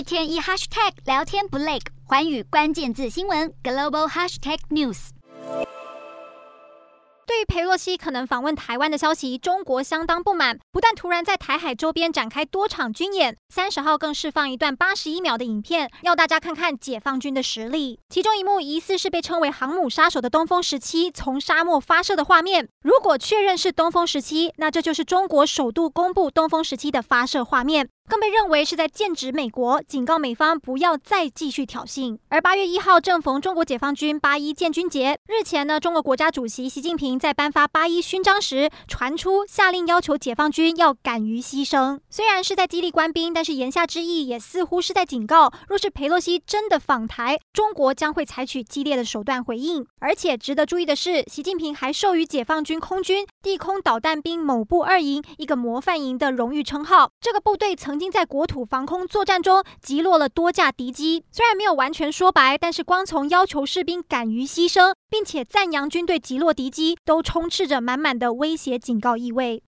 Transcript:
天一 hashtag 聊天不累，寰宇关键字新闻 global hashtag news。 对于裴洛西可能访问台湾的消息，中国相当不满，不但突然在台海周边展开多场军演，30号更释放一段81秒的影片，要大家看看解放军的实力。其中一幕疑似是被称为航母杀手的东风17从沙漠发射的画面。如果确认是东风17，那这就是中国首度公布东风17的发射画面。更被认为是在剑指美国，警告美方不要再继续挑衅。而8月1号正逢中国解放军8·1建军节，日前呢，中国国家主席习近平在颁发8·1勋章时，传出下令要求解放军要敢于牺牲。虽然是在激励官兵，但是言下之意也似乎是在警告，若是裴洛西真的访台，中国将会采取激烈的手段回应。而且值得注意的是，习近平还授予解放军空军地空导弹兵某部2营一个模范营的荣誉称号。这个部队曾经在国土防空作战中击落了多架敌机，虽然没有完全说白，但是光从要求士兵敢于牺牲，并且赞扬军队击落敌机，都充斥着满满的威胁警告意味。